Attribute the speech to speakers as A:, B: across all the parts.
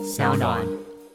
A: 小暖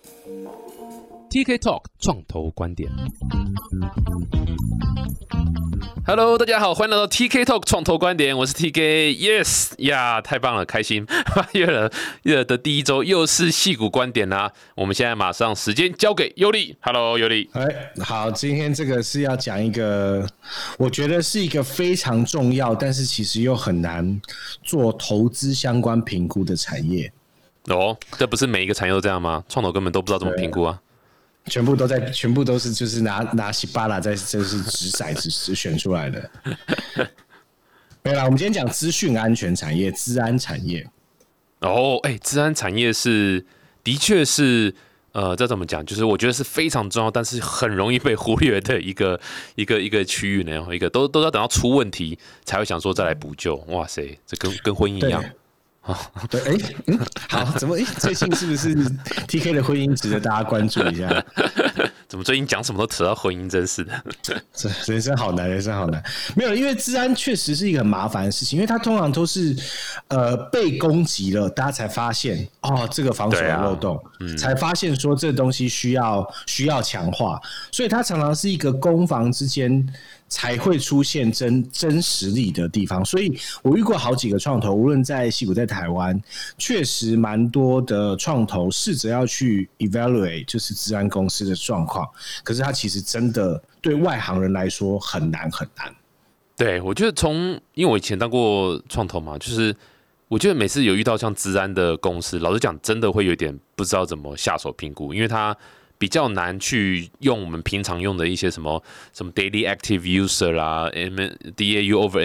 B: TK Talk 创投观点。Hello， 大家好，欢迎来到 TK Talk 创投观点，我是 TK。Yes 呀，太棒了，开心！8月的第一周又是矽谷观点啦。我们现在马上时间交给尤里。Hello， 尤里。
C: 好，今天这个是要讲一个，我觉得是一个非常重要，但是其实又很难做投资相关评估的产业。
B: 哦，这不是每一个产业都这样吗？创投根本都不知道怎么评估啊。
C: 全部都是就是拿西巴拉在就是掷骰子选出来的。没啦，我们今天讲资讯安全产业、资安产业。
B: 哦，资安产业的确是这怎么讲？就是我觉得是非常重要，但是很容易被忽略的一个区域呢。一个都要等到出问题才会想说再来补救。哇塞，这跟婚姻一样。
C: 对，好，怎么最近是不是 TK 的婚姻值得大家关注一下？
B: 怎么最近讲什么都扯到婚姻，真是的。
C: 人生好难，人生好难。没有，因为资安确实是一个很麻烦的事情，因为它通常都是被攻击了，大家才发现这个防守有漏洞，才发现说这东西需要强化，所以它常常是一个攻防之间才会出现真实力的地方。所以我遇过好几个创投，无论在矽谷在台湾，确实蛮多的创投试着要去 evaluate 就是资安公司的状况，可是它其实真的对外行人来说很难很难。
B: 对，我觉得因为我以前当过创投嘛，就是我觉得每次有遇到像资安的公司，老实讲真的会有点不知道怎么下手评估，因为它比较难去用我们平常用的一些什么 daily active user 啦 ，DAU over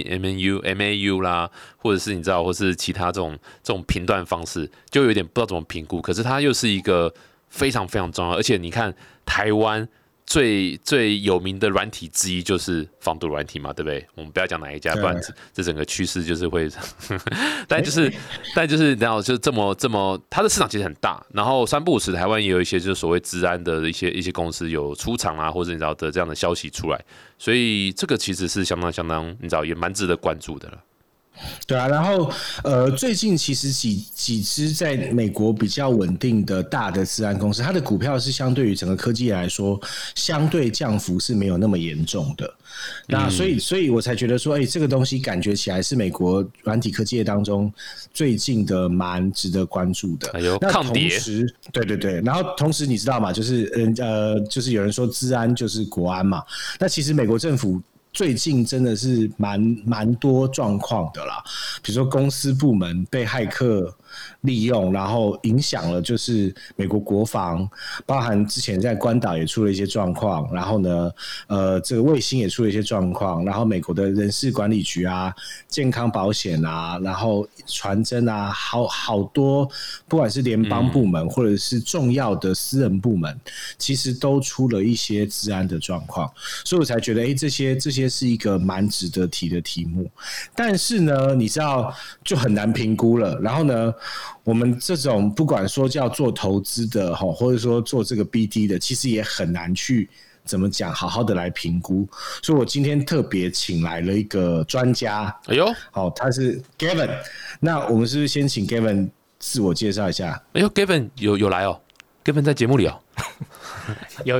B: MAU 啦，或者是你知道，或是其他这种评断方式，就有点不知道怎么评估。可是它又是一个非常非常重要，而且你看台湾最有名的软体之一就是防毒软体嘛，对不对？我们不要讲哪一家，不然这整个趋势就是会，但就是然后就这么，它的市场其实很大。然后三不五时，台湾也有一些就是所谓资安的一些公司有出场啊，或者你知道的这样的消息出来，所以这个其实是相当你知道也蛮值得关注的了。
C: 对啊，然后最近其实几只在美国比较稳定的大的资安公司，它的股票是相对于整个科技来说，相对降幅是没有那么严重的。那所以我才觉得说，这个东西感觉起来是美国软体科技业当中最近的蛮值得关注的。那同时，对，然后同时你知道吗？就是就是有人说资安就是国安嘛。那其实美国政府最近真的是蛮多状况的啦，比如说公司部门被骇客利用，然后影响了就是美国国防，包含之前在关岛也出了一些状况，然后呢，这个卫星也出了一些状况，然后美国的人事管理局啊、健康保险啊，然后传真啊，好多，不管是联邦部门或者是重要的私人部门，其实都出了一些资安的状况，所以我才觉得，这些是一个蛮值得提的题目。但是呢，你知道就很难评估了，然后呢，我们这种不管说叫做投资的或者说做这个 BD 的，其实也很难去怎么讲好好的来评估。所以我今天特别请来了一个专家，他是 Gavin。那我们是不是先请 Gavin 自我介绍一下
B: ？Gavin 有来哦。Gavin 在节目里哦，
A: 有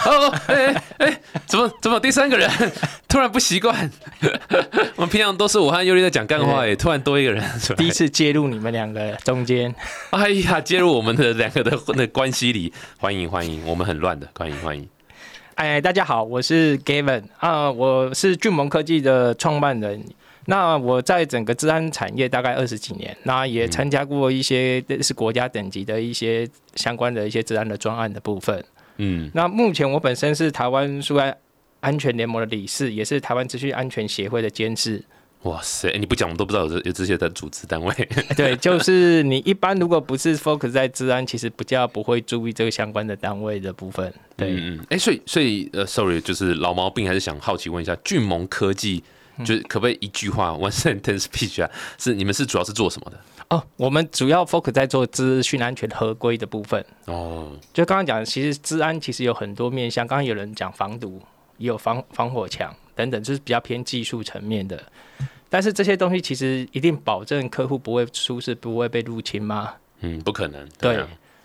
B: 怎么第三个人突然不习惯？我们平常都是我和尤利在讲干话，突然多一个人，
A: 第一次介入你们两个中间，
B: 介入我们的两个的关系里，欢迎，我们很乱的，欢迎。
A: 大家好，我是 Gavin 我是俊盟科技的创办人。那我在整个资安产业大概20几年，那也参加过一些是国家等级的一些相关的一些资安的专案的部分。那目前我本身是台湾数位安全联盟的理事，也是台湾资讯安全协会的监事。
B: 哇塞，你不讲我们都不知道有这些的组织单位。
A: 对，就是你一般如果不是 focus 在资安，其实比较不会注意这个相关的单位的部分。对，
B: 所以sorry， 就是老毛病，还是想好奇问一下，俊盟科技就是可不可以一句话 one sentence pitch 啊？你们是主要是做什么的？
A: 我们主要 focus 在做资讯安全合规的部分。就刚刚讲，其实资安其实有很多面向，刚刚有人讲防毒，也有防火墙等等，就是比较偏技术层面的。但是这些东西其实一定保证客户不会出事，不会被入侵吗？
B: 不可能。
A: 对，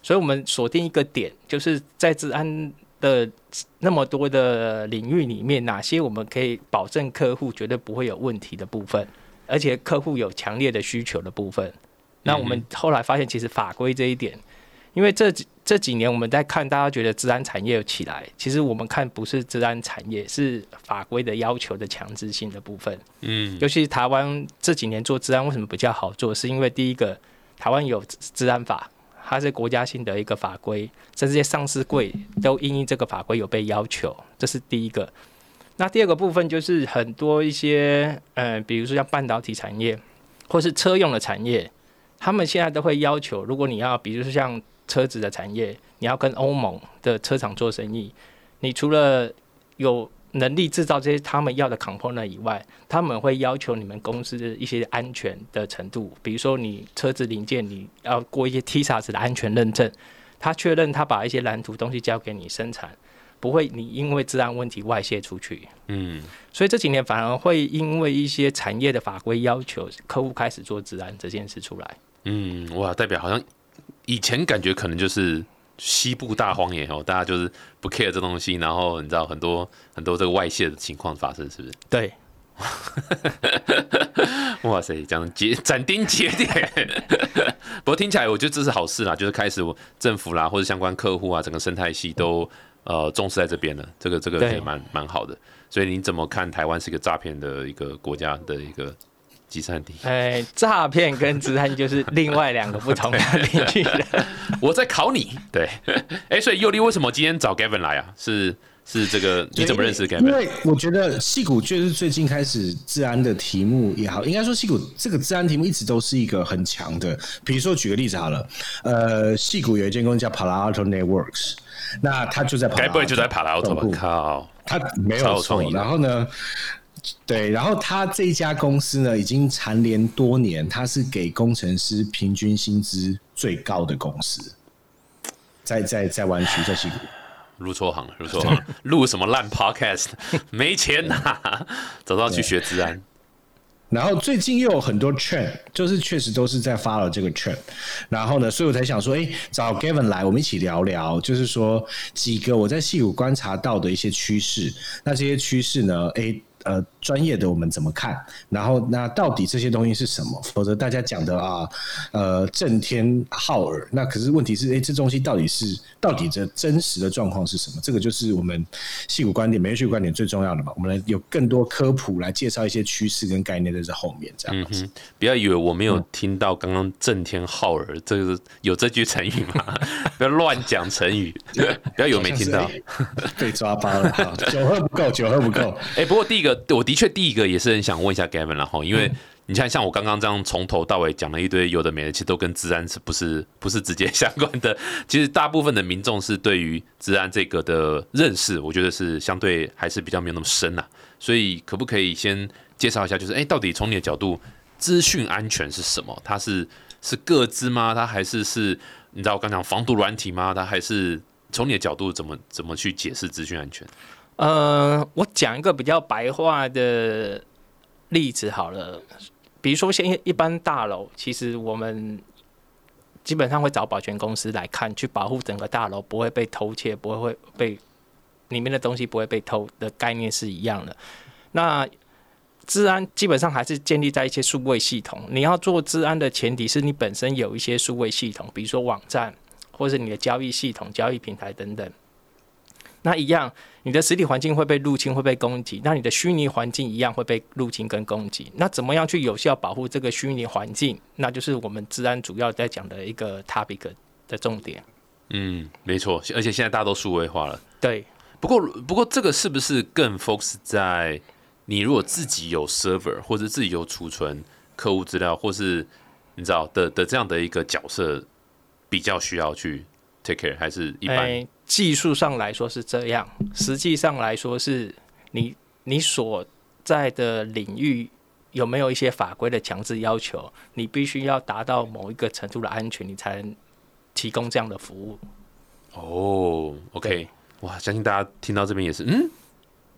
A: 所以我们锁定一个点，就是在治安的那么多的领域里面，哪些我们可以保证客户绝对不会有问题的部分，而且客户有强烈的需求的部分。那我们后来发现，其实法规这一点，因为这几年我们在看，大家觉得治安产业有起来，其实我们看不是治安产业，是法规的要求的强制性的部分。尤其是台湾这几年做治安为什么比较好做，是因为第一个，台湾有治安法，它是国家性的一个法规，甚至这些上市柜都因应这个法规有被要求，这是第一个。那第二个部分就是很多一些比如说像半导体产业或是车用的产业，他们现在都会要求，如果你要比如说像车子的产业，你要跟欧盟的车厂做生意，你除了有能力制造这些他们要的 component 以外，他们会要求你们公司的一些安全的程度，比如说你车子零件你要过一些 TISA 的安全认证，他确认他把一些蓝图东西交给你生产，不会你因为治安问题外泄出去。所以这几年反而会因为一些产业的法规要求，客户开始做治安这件事出来。
B: 哇，代表好像以前感觉可能就是西部大荒野大家就是不 care 这东西，然后你知道很多这个外泄的情况发生，是不是？
A: 对。
B: 哇塞，这样斩钉截铁。不过听起来我觉得这是好事啦，就是开始政府啦或者相关客户啊，整个生态系都重视在这边了，这个也蛮好的。所以你怎么看台湾是一个诈骗的一个国家的一个集散地？
A: 诈骗跟治安就是另外两个不同的领域了。
B: 我在考你，对。所以佑利为什么今天找 Gavin 来啊？是这个你怎么认识 Gavin？
C: 因为我觉得矽谷就是最近开始治安的题目也好，应该说矽谷这个治安题目一直都是一个很强的。比如说举个例子好了，矽谷有一间公司叫 Palo Alto Networks， 那他就在 Palo Alto，
B: 该不会就在 Palo Alto 吧？靠，
C: 他没有错。然后呢？对，然后他这一家公司呢，已经蝉联多年，他是给工程师平均薪资最高的公司，在湾区，在矽谷。
B: 入错行了，录什么烂 podcast， 没钱呐，早知道去学治安。
C: 然后最近又有很多 trend， 就是确实都是在 follow 这个 trend。然后呢，所以我才想说，找 Gavin 来，我们一起聊聊，就是说几个我在矽谷观察到的一些趋势。那这些趋势呢，专业的我们怎么看？然后那到底这些东西是什么？否则大家讲的震天浩耳，那可是问题是，这东西到底的真实的状况是什么？这个就是我们矽谷观点、每日矽谷观点最重要的嘛。我们来有更多科普来介绍一些趋势跟概念在这后面，这样子。
B: 不要以为我没有听到刚刚震天浩耳，这个有这句成语吗？不要乱讲成语，不要以为没听到。
C: 被抓包了，好，酒喝不够。
B: 不过我的确第一个也是很想问一下 Gavin 啦，因为你看像我刚刚这样从头到尾讲了一堆有的没的，其实都跟治安是不是直接相关的。其实大部分的民众是对于治安这个的认识，我觉得是相对还是比较没有那么深啦。所以可不可以先介绍一下，就是到底从你的角度，资讯安全是什么？它是个资吗？它还是你知道我刚讲防毒软体吗？它还是从你的角度怎么去解释资讯安全？
A: 我讲一个比较白话的例子好了，比如说现在一般大楼，其实我们基本上会找保全公司来看，去保护整个大楼不会被偷窃，不会被里面的东西不会被偷的概念是一样的。那治安基本上还是建立在一些数位系统，你要做治安的前提是你本身有一些数位系统，比如说网站或是你的交易系统、交易平台等等。那一样，你的实体环境会被入侵、会被攻击，那你的虚拟环境一样会被入侵跟攻击。那怎么样去有效保护这个虚拟环境？那就是我们治安主要在讲的一个 topic 的重点。
B: 没错，而且现在大家都数位化了。
A: 对，
B: 不过这个是不是更 focus 在你如果自己有 server 或者自己有储存客户资料，或是你知道的这样的一个角色，比较需要去 take care， 还是一般？
A: 技术上来说是这样，实际上来说是你所在的领域有没有一些法规的强制要求，你必须要达到某一个程度的安全，你才能提供这样的服务。
B: OK， 哇，相信大家听到这边也是，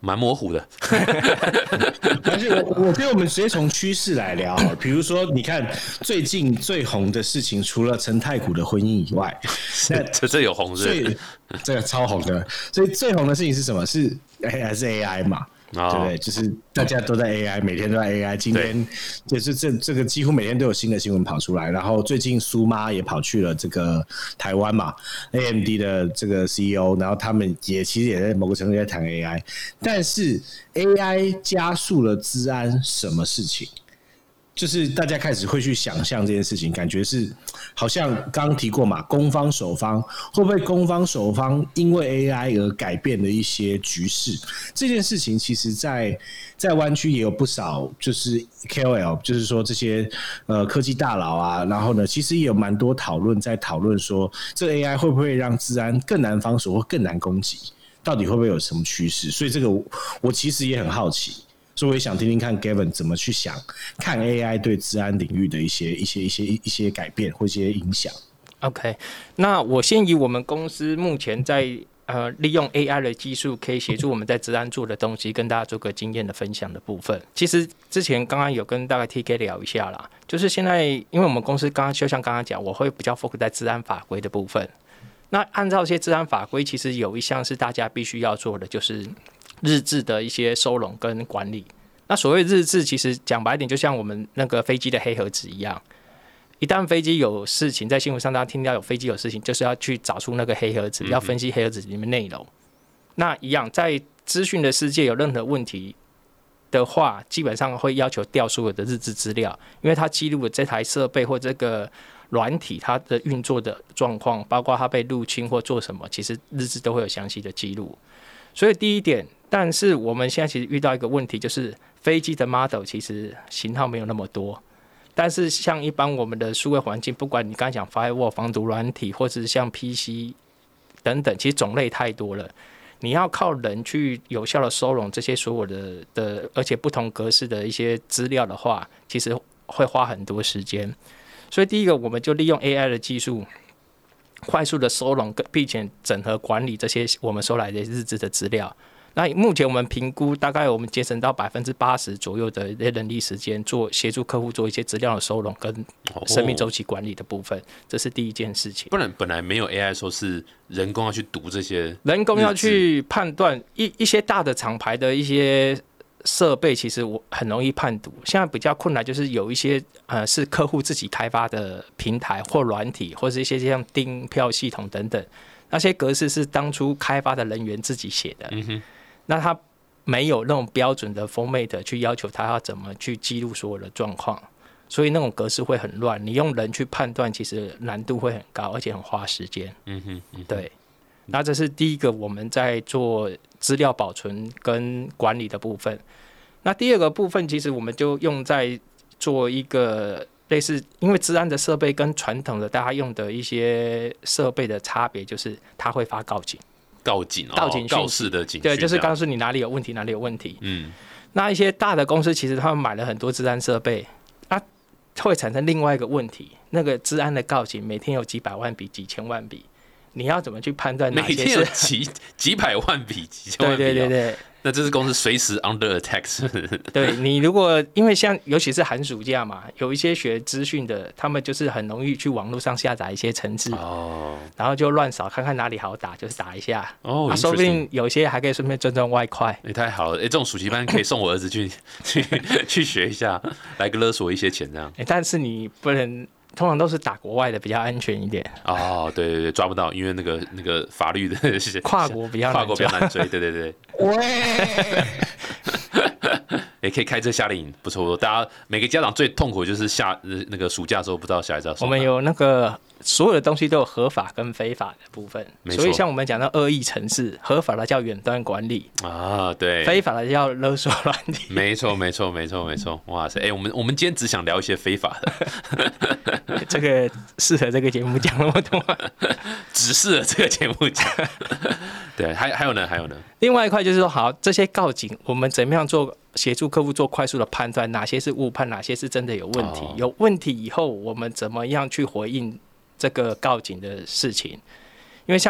B: 蛮模糊的。
C: 而且我觉得我们直接从趋势来聊，比如说你看最近最红的事情，除了陈太谷的婚姻以外，
B: 这有红是
C: 这个超红的，所以最红的事情是什么？是还是 AI 嘛？对不对？就是大家都在 AI， 每天都在 AI。今天就是这个几乎每天都有新的新闻跑出来。然后最近苏妈也跑去了这个台湾嘛 ，AMD 的这个 CEO， 然后他们其实也在某个程度在谈 AI。但是 AI 加速了资安什么事情？就是大家开始会去想象这件事情，感觉是好像刚刚提过嘛，攻方守方会不会攻方守方因为 AI 而改变了一些局势？这件事情其实在湾区也有不少就是 KOL， 就是说这些科技大佬啊，然后呢，其实也有蛮多讨论在讨论说，这个 AI 会不会让资安更难防守或更难攻击？到底会不会有什么趋势？所以这个我其实也很好奇。所以我也想听听看 Gavin 怎么去想看 AI 对资安领域的一些改变或一些影响。
A: OK， 那我先以我们公司目前在利用 AI 的技术可以协助我们在资安做的东西，跟大家做个经验的分享的部分。其实之前刚刚有跟大概 TK 聊一下啦，就是现在因为我们公司就像刚刚讲，我会比较 focus 在资安法规的部分。那按照一些资安法规，其实有一项是大家必须要做的，就是日志的一些收拢跟管理。那所谓日志，其实讲白一点，就像我们那个飞机的黑盒子一样，一旦飞机有事情，在新闻上大家听到有飞机有事情，就是要去找出那个黑盒子，要分析黑盒子里面内容。那一样，在资讯的世界有任何问题的话，基本上会要求调所有的日志资料，因为它记录了这台设备或这个软体它的运作的状况，包括它被入侵或做什么，其实日志都会有详细的记录。所以第一点，但是我们现在其实遇到一个问题，就是飞机的 model 其实型号没有那么多，但是像一般我们的数位环境，不管你刚才讲 firewall 防毒软体，或者是像 PC 等等，其实种类太多了，你要靠人去有效的收拢这些所有的而且不同格式的一些资料的话，其实会花很多时间。所以第一个，我们就利用 AI 的技术，快速的收拢并且整合管理这些我们收来的日志的资料。那目前我们评估，大概我们节省到80%左右的人力时间，协助客户做一些资料的收拢跟生命周期管理的部分，这是第一件事情。
B: 不然本来没有 AI 的时候，是人工要去读这些，
A: 人工要去判断一些大的厂牌的一些设备，其实我很容易判读。现在比较困难就是有一些是客户自己开发的平台或软体，或是一些像订票系统等等，那些格式是当初开发的人员自己写的。那他没有那种标准的 format 去要求他要怎么去记录所有的状况，所以那种格式会很乱。你用人去判断，其实难度会很高，而且很花时间。对。那这是第一个我们在做资料保存跟管理的部分。那第二个部分，其实我们就用在做一个类似，因为资安的设备跟传统的大家用的一些设备的差别，就是它会发告警。告示的警讯，对，就是告诉你哪里有问题，哪里有问题。那一些大的公司其实他们买了很多资安设备，那会产生另外一个问题，那个资安的告警每天有几百万笔、几千万笔，你要怎么去判断哪些是？
B: 每天有几百万笔、几千万笔、哦？
A: 对。
B: 那这是公司随时 under attack。
A: 对，你如果因为像尤其是寒暑假嘛，有一些学资讯的，他们就是很容易去网络上下载一些程式，然后就乱扫，看看哪里好打，就是打一下。说不定有些还可以顺便赚外快。
B: 太好了，这种暑期班可以送我儿子去学一下，来个勒索一些钱这样。
A: 但是你不能。通常都是打国外的比较安全一点。
B: 对，抓不到，因为那个法律的
A: 跨国比较
B: 难追。对。
C: 喂。
B: 也可以开车夏令营，不错。大家每个家长最痛苦就是那个暑假的时候不知道小孩子要送。
A: 我们有那个所有的东西都有合法跟非法的部分，所以像我们讲到恶意程式，合法的叫远端管理
B: 对，
A: 非法的叫勒索软体。
B: 没错。哇塞，我们今天只想聊一些非法的，
A: 这个适合这个节目讲那么多，
B: 只适合这个节目讲。对，还有呢。
A: 另外一块就是说，好，这些告警我们怎么样协助客户做快速的判断，哪些是误判，哪些是真的有问题。有问题以后，我们怎么样去回应这个告警的事情？因为像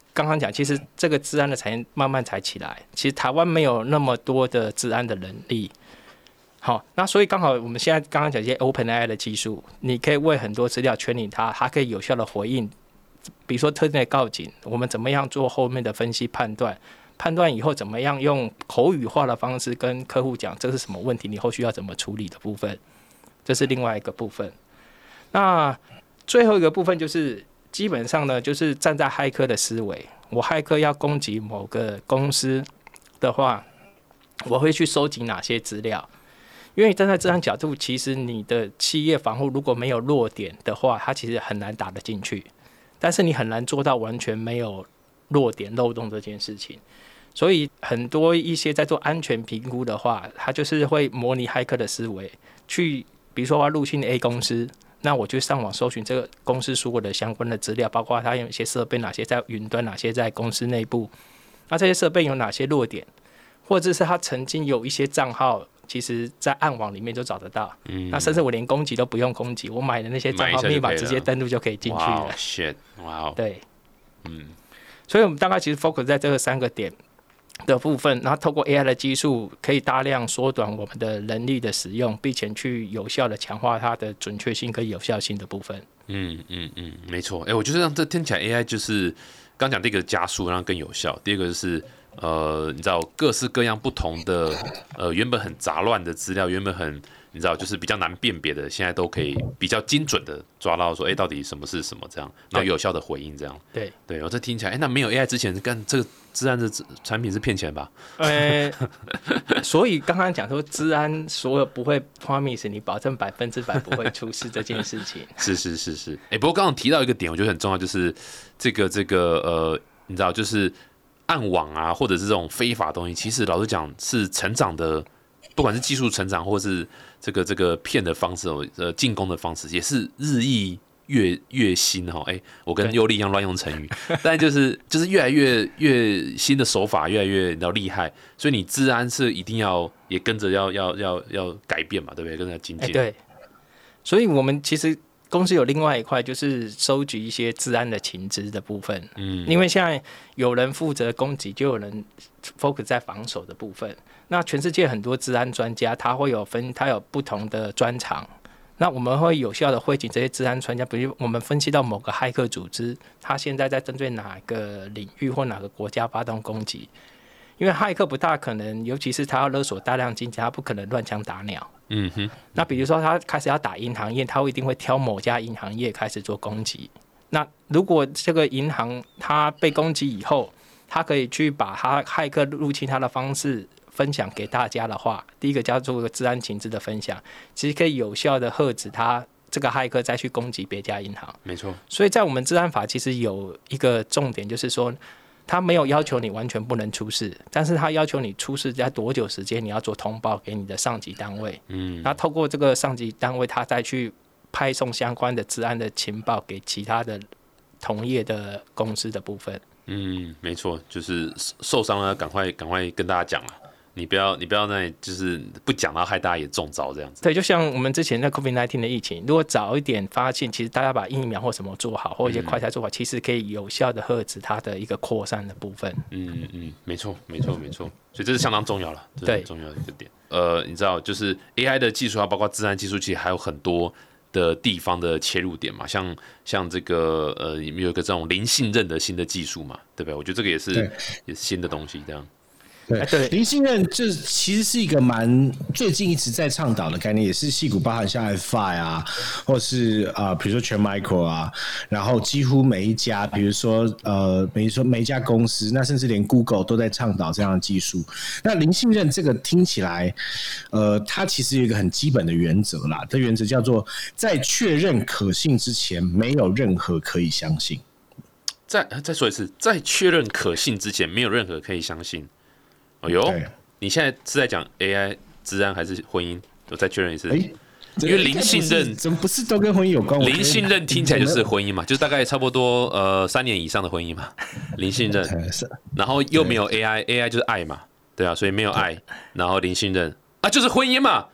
A: 刚刚讲，其实这个治安的产业慢慢才起来，其实台湾没有那么多的治安的能力。好，那所以刚好我们现在刚刚讲一些 OpenAI 的技术，你可以为很多资料圈领它，它可以有效的回应，比如说特定的告警，我们怎么样做后面的分析判断，判断以后怎么样用口语化的方式跟客户讲这是什么问题，你后续要怎么处理的部分，这是另外一个部分。那最后一个部分就是基本上呢，就是站在骇客的思维，我骇客要攻击某个公司的话，我会去收集哪些资料。因为站在治安角度，其实你的企业防护如果没有弱点的话，它其实很难打得进去。但是你很难做到完全没有弱点漏洞这件事情。所以很多一些在做安全评估的话，它就是会模拟骇客的思维，去比如说我要入侵 A 公司，那我就上网搜寻这个公司所有的相关的资料，包括它有一些设备，哪些在云端，哪些在公司内部，那这些设备有哪些弱点，或者是它曾经有一些账号。其实，在暗网里面就找得到，那甚至我连攻击都不用攻击，我买的那些账号密码直接登录就可以进去了。
B: 哇 shit， 哇，
A: 对，所以我们大概其实 focus 在这个3个点的部分，然后透过 AI 的技术，可以大量缩短我们的人力的使用，并且去有效的强化它的准确性跟有效性的部分。
B: 没错。我觉得让这听起来 AI 就是刚讲第一个加速，让它更有效，第二个就是你知道各式各样不同的原本很杂乱的资料，原本很你知道就是比较难辨别的，现在都可以比较精准的抓到说，到底什么是什么这样，然后有效的回应这样。对，我这听起来，那没有 AI 之前干这个治安的产品是骗钱吧？
A: 所以刚刚讲说治安所有不会 promise 你保证100%不会出事这件事情。
B: 是。不过刚刚提到一个点，我觉得很重要，就是这个你知道就是。暗网啊，或者是这种非法的东西，其实老实讲是成长的，不管是技术成长，或是这个骗的方式，进攻的方式，也是日益越新哈。我跟优丽一样乱用成语，但就是越来越新的手法，越来越你知道厉害，所以你治安是一定要也跟着要改变嘛，对不对？跟着精进。
A: 对，所以我们其实。公司有另外一块，就是收集一些治安的情资的部分。因为现在有人负责攻击，就有人 focus 在防守的部分。那全世界很多治安专家，他有不同的专长。那我们会有效的汇集这些治安专家，比如我们分析到某个骇客组织，他现在在针对哪个领域或哪个国家发动攻击。因为骇客不大可能，尤其是他要勒索大量金钱，他不可能乱枪打鸟。那比如说他开始要打银行业，他一定会挑某家银行业开始做攻击。那如果这个银行他被攻击以后，他可以去把他骇客入侵他的方式分享给大家的话，第一个叫做治安情资的分享，其实可以有效的遏止他这个骇客再去攻击别家银行。
B: 没错。
A: 所以在我们治安法其实有一个重点，就是说。他没有要求你完全不能出事，但是他要求你出事在多久时间，你要做通报给你的上级单位。那透过这个上级单位，他再去派送相关的治安的情报给其他的同业的公司的部分。
B: 没错，就是受伤了，赶快跟大家讲了。你不要那里就是不讲，然后害大家也中招这样子。
A: 对，就像我们之前的 COVID-19 的疫情，如果早一点发现，其实大家把疫苗或什么做好，或一些快筛做好，其实可以有效的遏制它的一个扩散的部分。
B: 没错。所以这是相当重要了，这是很重要的一个点。你知道，就是 AI 的技术啊，包括治安技术，其实还有很多的地方的切入点嘛，像这个有一个这种零信任的新的技术嘛，对不对？我觉得这个也是新的东西，这样。
C: 对，零信任这其实是一个最近一直在倡导的概念，也是矽谷包含像 F5 啊，或是比如说全 Micro 啊，然后几乎每一家，比如说每一家公司，那甚至连 Google 都在倡导这样的技术。那零信任这个听起来，它其实有一个很基本的原则啦，这原则叫做在确认可信之前，没有任何可以相信。
B: 再说一次，在确认可信之前，没有任何可以相信。你现在是在讲 AI 治安还是婚姻？我再确认一次。因为零信任
C: 怎么不是都跟婚姻有关？
B: 零信任听起来就是婚姻嘛，就是大概差不多3年以上的婚姻嘛。零信任，然后又没有 AI 就是爱嘛，对啊，所以没有爱，然后零信任啊，就是婚姻嘛。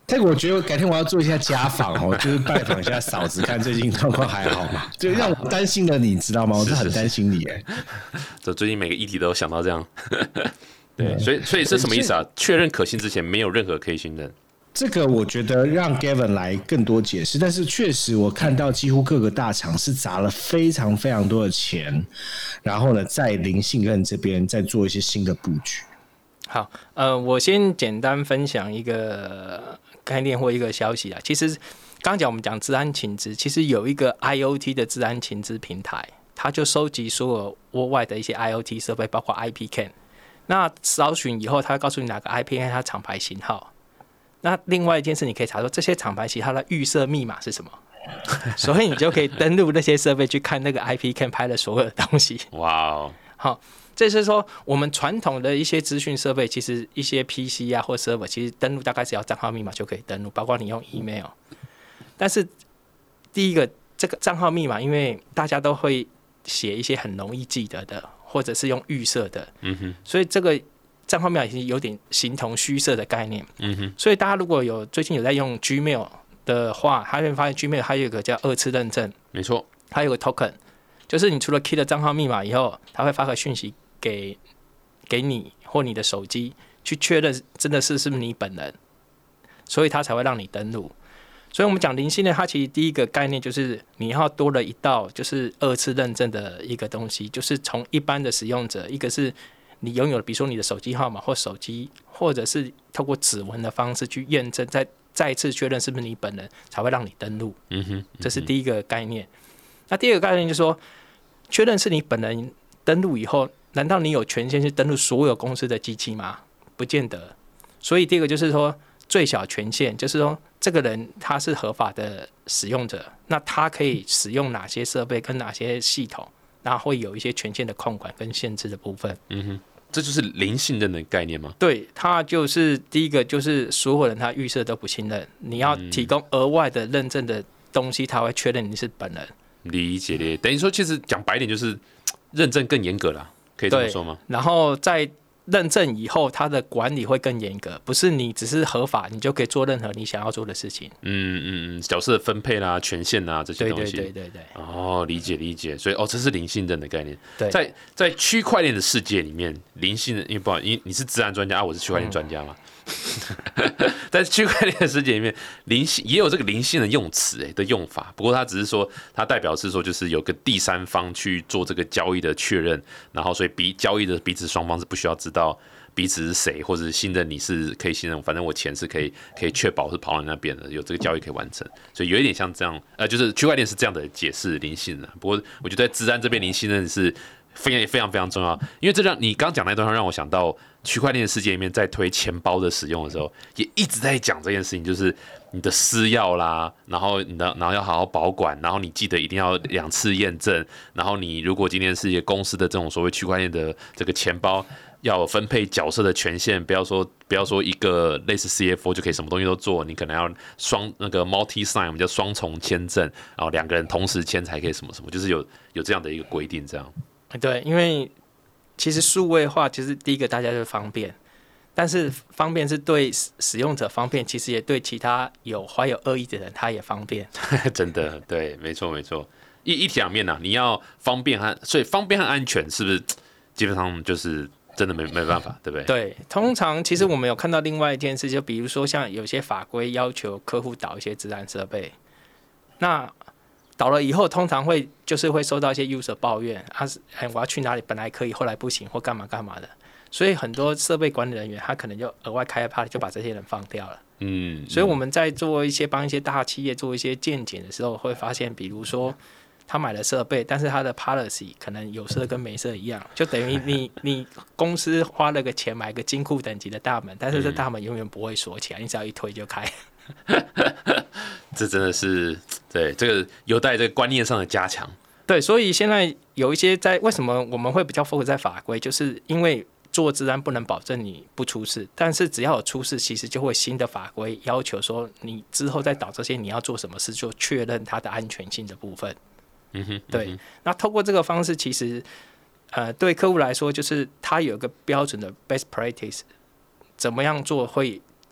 C: 但我觉得改天我要做一下家访哦，就是拜访一下嫂子，看最近状况还好吗？就让我担心了你知道吗？我是很担心你哎。
B: 这最近每个议题都有想到这样。对，所以是什么意思啊？确认可信之前，没有任何可以信任。
C: 这个我觉得让 Gavin 来更多解释，但是确实我看到几乎各个大厂是砸了非常非常多的钱，然后呢，在零信任这边再做一些新的布局。
A: 好，我先简单分享一个概念或一个消息啊。其实刚刚我们讲资安情资，其实有一个 IoT 的资安情资平台，它就收集所有窝外的一些 IoT 设备，包括 IP Cam。那搜寻以后，它会告诉你哪个 IP Cam 它厂牌型号。那另外一件事，你可以查说这些厂牌型它的预设密码是什么，所以你就可以登录那些设备去看那个 IP Cam 拍的所有的东西。
B: 哇哦，
A: 好。这是说，我们传统的一些资讯设备，其实一些 PC 啊或 server， 其实登录大概只要账号密码就可以登录，包括你用 email。但是第一个，这个账号密码，因为大家都会写一些很容易记得的，或者是用预设的，所以这个账号密码已经有点形同虚设的概念。所以大家如果最近有在用 Gmail 的话，他会发现 Gmail 还有一个叫二次认证，
B: 没错，
A: 还有个 token， 就是你除了 key 了账号密码以后，他会发个讯息给你或你的手机去确认真的是不是你本人，所以他才会让你登录。所以我们讲零信任，它其实第一个概念就是你要多了一道就是二次认证的一个东西，就是从一般的使用者，一个是你拥有的，比如说你的手机号码或手机，或者是透过指纹的方式去验证，再一次确认是不是你本人，才会让你登录。这是第一个概念。那第二个概念就是说，确认是你本人登录以后，难道你有权限去登录所有公司的机器吗？不见得。所以第二个就是说，最小权限就是说，这个人他是合法的使用者，那他可以使用哪些设备跟哪些系统，然后会有一些权限的控管跟限制的部分。
B: 这就是零信任的概念吗？
A: 对，他就是第一个就是所有人他预设都不信任，你要提供额外的认证的东西，他会确认你是本人。
B: 理解的，等于说其实讲白一点就是认证更严格啦，可以这么说吗？
A: 然后在认证以后，它的管理会更严格，不是你只是合法，你就可以做任何你想要做的事情。
B: 角色的分配啦、权限啦这些东西。
A: 对。
B: 哦，理解。所以这是零信任的概念。
A: 对，
B: 在区块链的世界里面，零信任，因为你是资安专家我是区块链专家嘛。在区块链的世界里面，也有这个零信任用词的用法，不过它只是说，它代表是说，就是有个第三方去做这个交易的确认，然后所以交易的彼此双方是不需要知道彼此是谁，或者信任你是可以信任，反正我钱是可以确保是跑到你那边的，有这个交易可以完成，所以有一点像这样，就是区块链是这样的解释零信任。不过我觉得在资安这边零信任是非常非常重要，因为这让你刚讲那段话让我想到区块链的世界里面，在推钱包的使用的时候，也一直在讲这件事情，就是你的私钥啦，然后要好好保管，然后你记得一定要2次验证，然后你如果今天是一个公司的这种所谓区块链的这个钱包，要有分配角色的权限，不要说一个类似 CFO 就可以什么东西都做，你可能要那个 multi sign， 我们叫双重签证，然后2个人同时签才可以什么什么，就是有这样的一个规定，这样。
A: 对，因为其实数位化，其实第一个大家就方便，但是方便是对使用者方便，其实也对其他怀有恶意的人他也方便。
B: 真的，对，没错，一体两面呐，你要方便所以方便和安全是不是基本上就是真的没办法，对不对？
A: 对，通常其实我们有看到另外一件事，就比如说像有些法规要求客户导一些资安设备，那导了以后，通常会收到一些 user 抱怨，我要去哪里，本来可以，后来不行，或干嘛的。所以很多设备管理人员，他可能就额外开个 party， 就把这些人放掉了。所以我们在帮一些大企业做一些健检的时候，会发现，比如说他买了设备，但是他的 policy 可能有色跟没色一样，就等于你公司花了个钱买个金库等级的大门，但是这大门永远不会锁起来，你只要一推就开。
B: 这真的是对这个有待这个观念上的加强。
A: 对，所以现在有一些为什么我们会比较 focus 在法规，就是因为做资安不能保证你不出事，但是只要有出事，其实就会新的法规要求说，你之后再导这些你要做什么事，就确认它的安全性的部分。对。那透过这个方式，其实对客户来说，就是他有一个标准的 best practice， 怎么样做会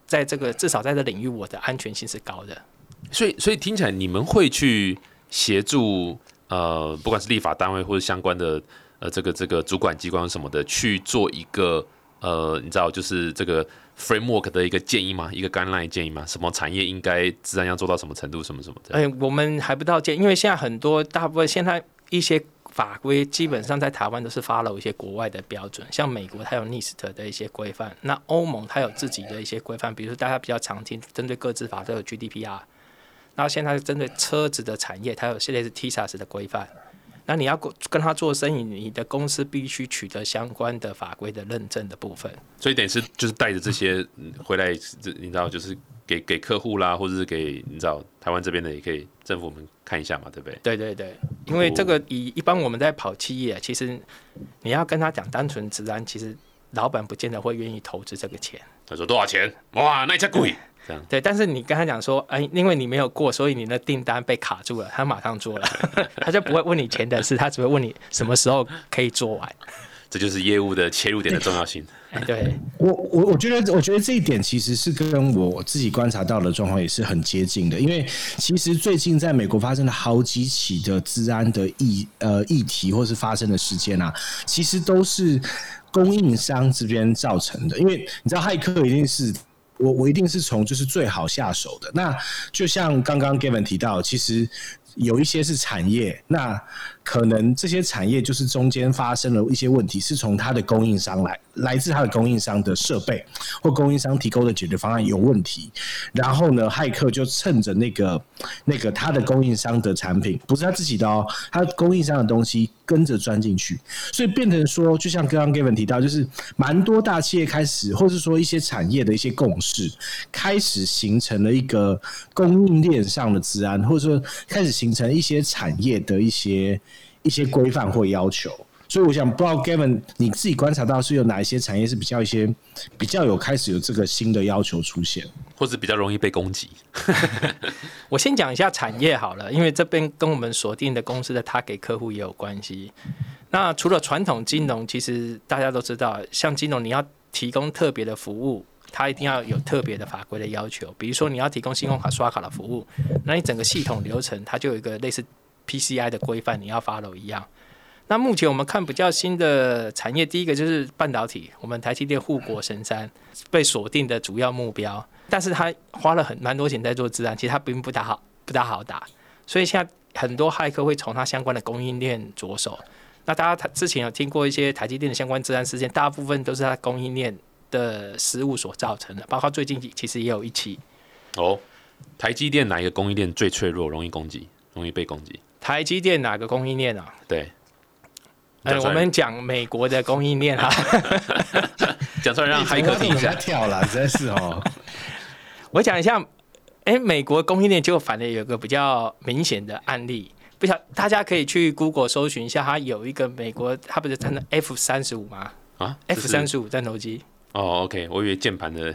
A: 在这个至少在这领域，我的安全性是高的。
B: 所以听起来你们会去协助不管是立法单位或者相关的这个主管机关什么的去做一个你知道就是这个 framework 的一个建议吗？一个 guideline 建议吗？什么产业应该自然要做到什么程度，什么什么的？
A: 我们还不到建议，因为现在大部分现在一些法规基本上在台湾都是 follow 一些国外的标准，像美国它有 NIST 的一些规范，那欧盟它有自己的一些规范，比如说大家比较常听针对个资法都有 GDPR， 然后现在针对车子的产业它有类似 TISAS 的规范，那你要跟他做生意，你的公司必须取得相关的法规的认证的部分。
B: 所以等于是就是带着这些回来，你知道就是给客户啦，或者是给你知道台湾这边的也可以政府们看一下嘛，对不对？
A: 对对对，因为这个一般我们在跑企业，其实你要跟他讲单纯治安，其实老板不见得会愿意投资这个钱。
B: 他说多少钱？哇，那一家贵。
A: 对，但是你跟他讲说，因为你没有过，所以你的订单被卡住了，他马上做了，他就不会问你钱的事，他只会问你什么时候可以做完。
B: 这就是业务的切入点的重要性。
A: 对，
C: 我觉得这一点其实是跟我自己观察到的状况也是很接近的，因为其实最近在美国发生了好几起的治安的议题或是发生的事件啊，其实都是供应商这边造成的，因为你知道骇客一定是。我一定是从就是最好下手的。那就像刚刚 Gavin 提到，其实有一些是产业，那可能这些产业就是中间发生了一些问题，是从它的供应商来自它的供应商的设备或供应商提供的解决方案有问题，然后呢，骇客就趁着那个他的供应商的产品，不是他自己的哦，他供应商的东西跟着钻进去，所以变成说，就像刚刚 Gavin 提到，就是蛮多大企业开始，或是说一些产业的一些共识，开始形成了一个供应链上的治安，或者说开始形成一些产业的一些规范或要求。所以我想不知道 Gavin 你自己观察到是有哪一些产业是比较有开始有这个新的要求出现，
B: 或是比较容易被攻击。
A: 我先讲一下产业好了，因为这边跟我们锁定的公司的target客户也有关系。那除了传统金融，其实大家都知道，像金融你要提供特别的服务，它一定要有特别的法规的要求。比如说你要提供信用卡刷卡的服务，那你整个系统流程它就有一个类似 PCI 的规范，你要 follow 一样。那目前我们看比较新的产业，第一个就是半导体，我们台积电护国神山被锁定的主要目标，但是他花了蛮多钱在做治安，其实他并不大好打，所以现在很多骇客会从他相关的供应链着手。那大家之前有听过一些台积电的相关治安事件，大部分都是他供应链的失误所造成的，包括最近其实也有一起。
B: 台积电哪一个供应链最脆弱，容易被攻击？
A: 台积电哪个供应链啊？
B: 对。
A: 我们讲美国的供应链啊，
B: 讲出来让骇客听一下。
C: 跳了，真是哦。
A: 我讲一下，美国供应链就反而有个比较明显的案例，不晓大家可以去 Google 搜寻一下，它有一个美国，它不是真的 F-35 吗？啊 ，F-35 战斗机。
B: OK， 我以为键盘的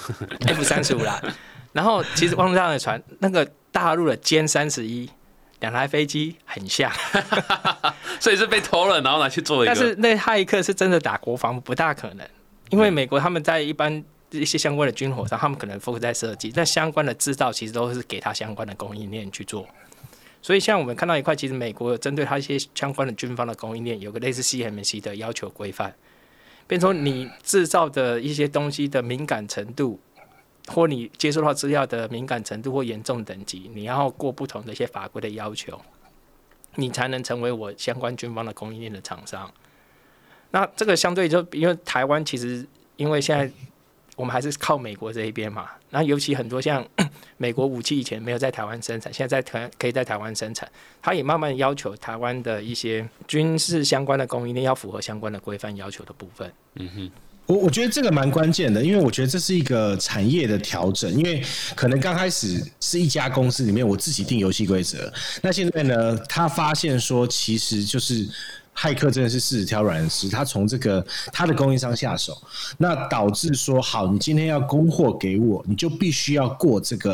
A: F-35 啦。然后其实网络上的传那个大陆的歼31。两台飞机很像，
B: 所以是被偷了，然后拿去做一个。
A: 但是那骇客是真的打国防不大可能，因为美国他们在一般一些相关的军火上，他们可能 focus 在设计，但相关的制造其实都是给他相关的供应链去做。所以像我们看到一块，其实美国有针对他一些相关的军方的供应链，有个类似 CMMC 的要求规范，变成说你制造的一些东西的敏感程度。或你接收到资料的敏感程度或严重等级，你要过不同的一些法规的要求，你才能成为我相关军方的供应链的厂商。那这个相对就因为台湾其实因为现在我们还是靠美国这一边嘛，那尤其很多像美国武器以前没有在台湾生产，现在可以在台湾生产，它也慢慢要求台湾的一些军事相关的供应链要符合相关的规范要求的部分。
C: 我觉得这个蛮关键的，因为我觉得这是一个产业的调整，因为可能刚开始是一家公司里面我自己定游戏规则，那现在呢，他发现说其实就是骇客真的是柿子挑软丝，他从这个他的供应商下手，那导致说好，你今天要供货给我，你就必须要过这个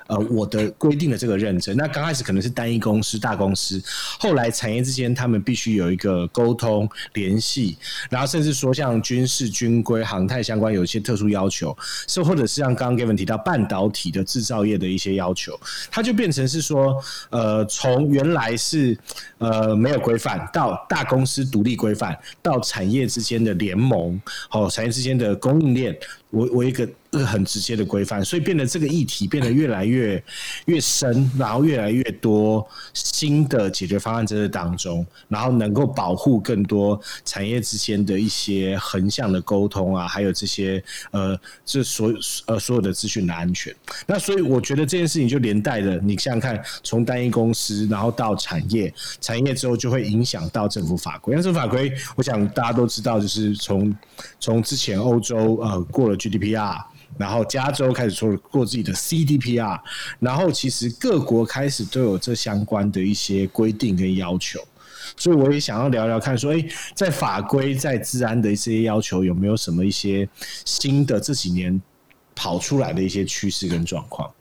C: 我的规定的这个认证。那刚开始可能是单一公司、大公司，后来产业之间他们必须有一个沟通联系，然后甚至说像军事、军规、航太相关有一些特殊要求，是或者是像刚刚 Gavin 提到半导体的制造业的一些要求，它就变成是说，从原来是没有规范到大公司独立规范，到产业之间的联盟，产业之间的供应链，我一个很直接的规范，所以变得这个议题变得越来越深，然后越来越多新的解决方案在这当中，然后能够保护更多产业之间的一些横向的沟通啊，还有这些所有的资讯的安全。那所以我觉得这件事情就连带的，你想想看，从单一公司然后到产业之后就会影响到政府法规。那政府法规，我想大家都知道，就是从之前欧洲过了 GDPR。然后加州开始过自己的 CDPR， 然后其实各国开始都有这相关的一些规定跟要求，所以我也想要聊聊看说，在法规在治安的一些要求有没有什么一些新的这几年跑出来的一些趋势跟状况？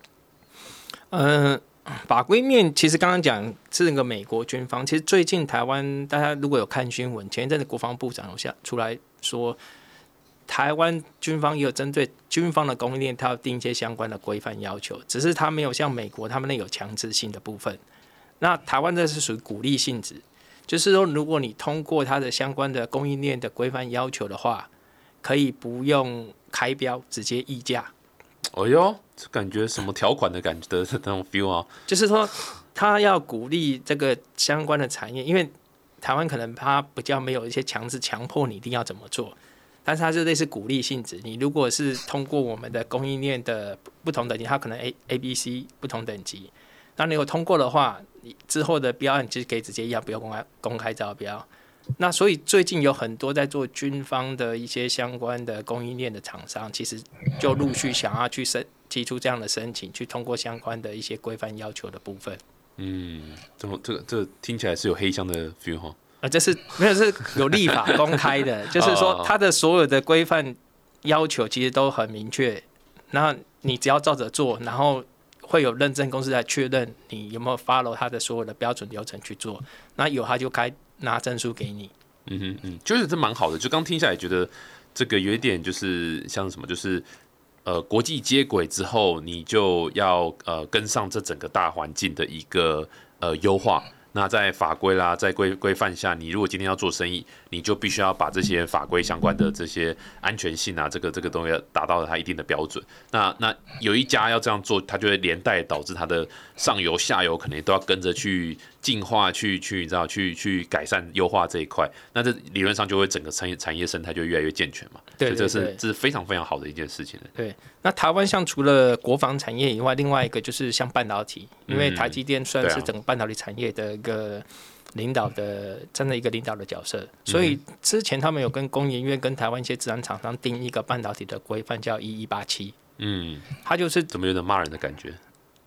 A: 法规面其实刚刚讲是那个美国军方，其实最近台湾大家如果有看新闻，前一阵子国防部长有出来说。台湾军方也有针对军方的供应链，它要定一些相关的规范要求，只是它没有像美国他们那有强制性的部分。那台湾这是属于鼓励性质，就是说如果你通过它的相关的供应链的规范要求的话，可以不用开标，直接议价。
B: 哦哟，这感觉什么条款的感觉的那种 feel 啊？
A: 就是说，他要鼓励这个相关的产业，因为台湾可能它比较没有一些强迫你一定要怎么做。但是它是类似鼓励性质，你如果是通过我们的供应链的不同等级，它可能 A、B、C 不同等级，那你有通过的话，你之后的标案你就可以直接要不要公开招标。那所以最近有很多在做军方的一些相关的供应链的厂商，其实就陆续想要去提出这样的申请，去通过相关的一些规范要求的部分。
B: 这听起来是有黑箱的 feel 哈。
A: 这是没有是有立法公开的，就是说它的所有的规范要求其实都很明确，然后你只要照着做，然后会有认证公司来确认你有没有 follow 它的所有的标准流程去做，那有它就拿证书给你。
B: 就是这蛮好的，就刚听下来觉得这个有一点就是像什么，就是国际接轨之后，你就要跟上这整个大环境的一个优化。那在法规啦，在规范下，你如果今天要做生意，你就必须要把这些法规相关的这些安全性啊，这个东西要达到它一定的标准。那有一家要这样做，它就会连带导致它的上游、下游可能都要跟着去进化，去你知道，去改善、优化这一块。那这理论上就会整个产业生态就越来越健全嘛。
A: 对，
B: 所以这是非常非常好的一件事情。
A: 对，那台湾像除了国防产业以外，另外一个就是像半导体，因为台积电算是整个半导体产业的一个领导的，真的一个领导的角色，所以之前他们有跟工研院跟台湾一些自然厂商定一个半导体的规范，叫1187。它就是
B: 怎么有点骂人的感觉？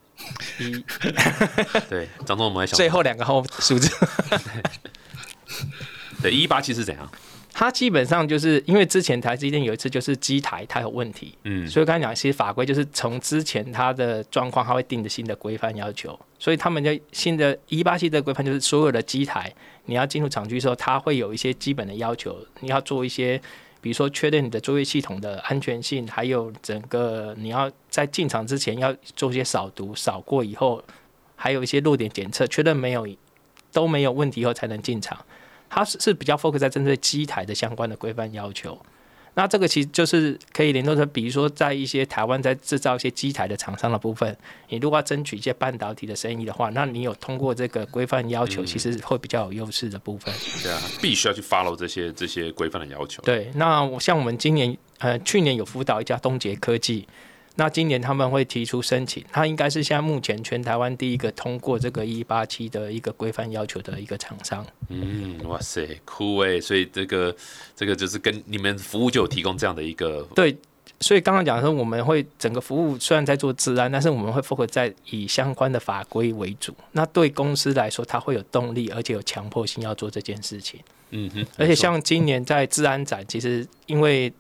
B: 对，张总我们来想
A: 最后2个后数字。
B: 对，1187是怎样？
A: 它基本上就是因为之前台积电有一次就是机台它有问题，所以刚才讲其实法规就是从之前它的状况，它会定的新的规范要求，所以他们就新的1187的规范就是所有的机台你要进入厂区的时候，它会有一些基本的要求，你要做一些，比如说确认你的作业系统的安全性，还有整个你要在进场之前要做一些扫毒，扫过以后，还有一些弱点检测，确认都没有问题以后才能进场。它是比较 focus 在针对机台的相关的规范要求。那这个其实就是可以联动成，比如说在一些台湾在制造一些机台的厂商的部分，你如果要争取一些半导体的生意的话，那你有通过这个规范要求，其实会比较有优势的部分。
B: 对啊，必须要去 follow 这些规范的要求。
A: 对，那像我们去年有辅导一家东杰科技。那今年他们会提出申请，他应该是现在目前全台湾第一个通过这个1187的一个规范要求的一个厂商。
B: 哇塞，酷欸！所以这个就是跟你们服务就有提供这样的一个
A: 对，所以刚刚讲说我们会整个服务虽然在做治安，但是我们会 focus 在以相关的法规为主。那对公司来说，它会有动力，而且有强迫性要做这件事情。而且像今年在治安展，其实因为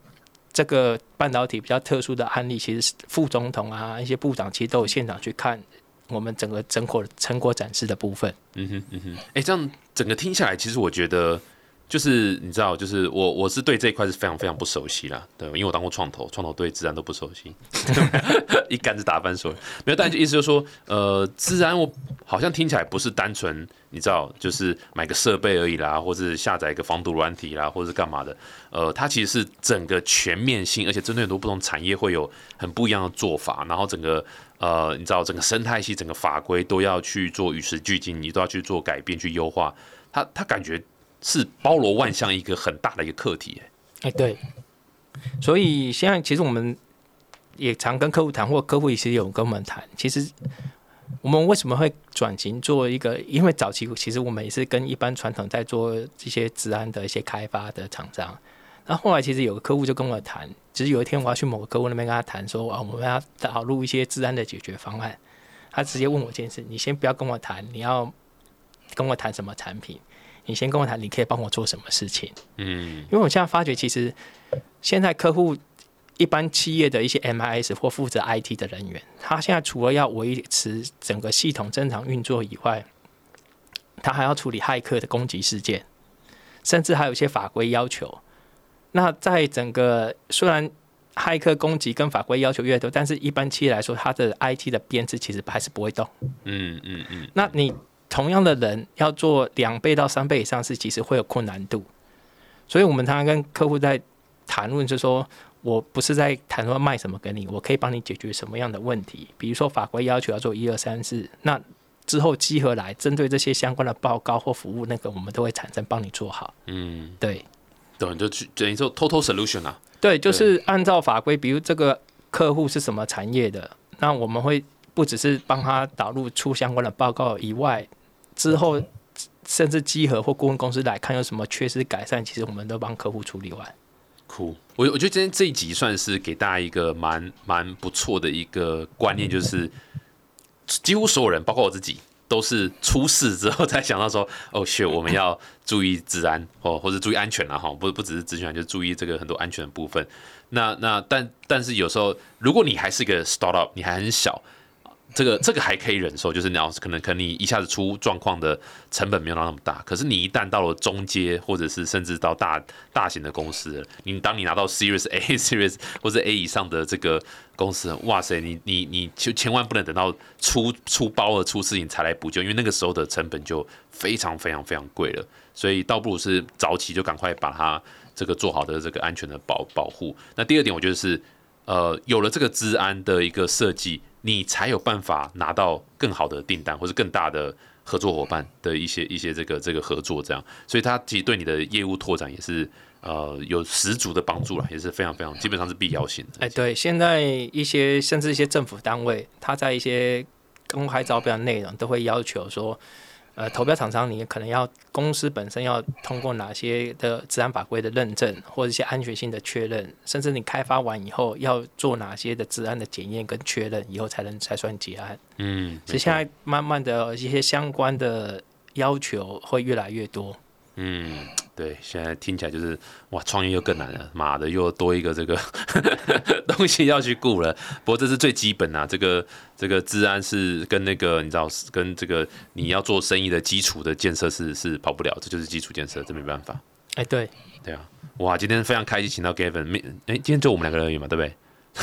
A: 这个半导体比较特殊的案例，其实是副总统啊一些部长其实都有现场去看我们整个成果展示的部分。
B: 这样整个听下来，其实我觉得。就是你知道，就是我是对这一块是非常非常不熟悉啦，对，因为我当过创投对治安都不熟悉，一竿子打翻所有。没有，但意思就是说，治安我好像听起来不是单纯你知道，就是买个设备而已啦，或是下载一个防毒软体啦，或者是干嘛的，它其实是整个全面性，而且针对很多不同产业会有很不一样的做法，然后整个你知道整个生态系、整个法规都要去做与时俱进，你都要去做改变、去优化，它感觉。是包罗万象一个很大的一个课题，
A: 对，所以现在其实我们也常跟客户谈，或客户其实有跟我们谈，其实我们为什么会转型做一个？因为早期其实我们也是跟一般传统在做这些治安的一些开发的厂商，然后后来其实有个客户就跟我谈，只是有一天我要去某个客户那边跟他谈说，我们要导入一些治安的解决方案，他直接问我一件事：你先不要跟我谈，你要跟我谈什么产品？你先跟我谈，你可以帮我做什么事情？因为我现在发觉，其实现在客户一般企业的一些 MIS 或负责 IT 的人员，他现在除了要维持整个系统正常运作以外，他还要处理骇客的攻击事件，甚至还有一些法规要求。那在整个虽然骇客攻击跟法规要求越多，但是一般企业来说，它的 IT 的编制其实还是不会动。那你同样的人要做2倍到3倍以上是其实会有困难度，所以我们常常跟客户在谈论，就是说我不是在谈说卖什么给你，我可以帮你解决什么样的问题，比如说法规要求要做1、2、3、4，那之后集合来针对这些相关的报告或服务，那个我们都会产生帮你做好。对，
B: 就等于说 total solution 啊。
A: 对，就是按照法规，比如这个客户是什么产业的，那我们会不只是帮他导入出相关的报告以外，之后甚至稽核或顾问公司来看有什么缺失改善，其实我们都帮客户处理完。
B: 酷，我觉得今天这一集算是给大家一个蛮不错的一个观念，就是几乎所有人，包括我自己，都是出事之后才想到说，哦，shit，我们要注意治安或者注意安全啦，不只是资讯安全，就注意这个很多安全的部分。但是有时候，如果你还是一个 startup， 你还很小。这个还可以忍受，就是可能你一下子出状况的成本没有那么大，可是你一旦到了中阶，或者是甚至到大型的公司，当你拿到 Series A、Series 或者 A 以上的这个公司，哇塞，你就千万不能等到出包了出事情才来补救，因为那个时候的成本就非常非常非常贵了，所以倒不如是早期就赶快把它这个做好的这个安全的保护。那第二点，我觉得是有了这个资安的一个设计。你才有办法拿到更好的订单，或是更大的合作伙伴的一些这个合作，这样，所以它其实对你的业务拓展也是有十足的帮助啦，也是非常非常基本上是必要性的。
A: 对，现在甚至一些政府单位，它在一些公开招标的内容都会要求说。投标厂商你可能要公司本身要通过哪些的治安法规的认证，或者一些安全性的确认，甚至你开发完以后要做哪些的治安的检验跟确认，以后才算结案。所以现在慢慢的一些相关的要求会越来越多。
B: 对，现在听起来就是哇，创业又更难了，妈的，又多一个这个东西要去顾了。不过这是最基本啊，这个治安是跟那个你知道，跟这个你要做生意的基础的建设是跑不了，这就是基础建设，这没办法。
A: 对
B: 啊，哇，今天非常开心，请到 Gavin， 今天就我们2个人而已嘛，对不对？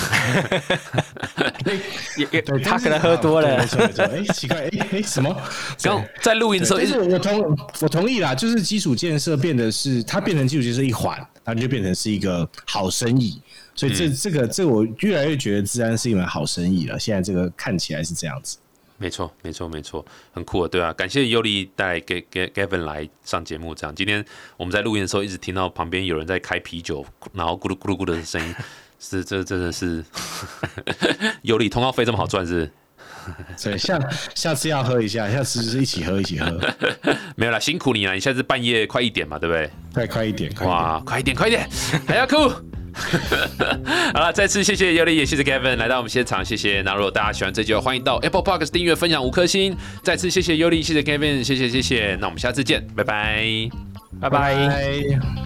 A: 他可能喝多了。
C: 奇怪，什么？
B: 刚在录音的时候，
C: 我同意啦，就是基础建设它变成基础建设一环，它就变成是一个好生意。所以这个我越来越觉得治安是一门好生意了。现在这个看起来是这样子。
B: 没错，很酷的，对啊，感谢尤里带来给 Gavin 来上节目，这样。今天我们在录音的时候，一直听到旁边有人在开啤酒，然后咕噜咕噜咕的声音。这真的是有理，通告费这么好赚是？
C: 所以下次要喝一下，下次就是一起喝。
B: 没有啦，辛苦你了，你下次半夜快1点嘛，对不对？
C: 快一点！
B: 哇，快一点，还要哭！好了，再次谢谢尤里，也谢谢 Gavin 来到我们现场，谢谢。那如果大家喜欢这集，欢迎到 Apple Podcast 订阅、分享5颗星。再次谢谢尤里，谢谢 Gavin，谢谢。那我们下次见，拜拜。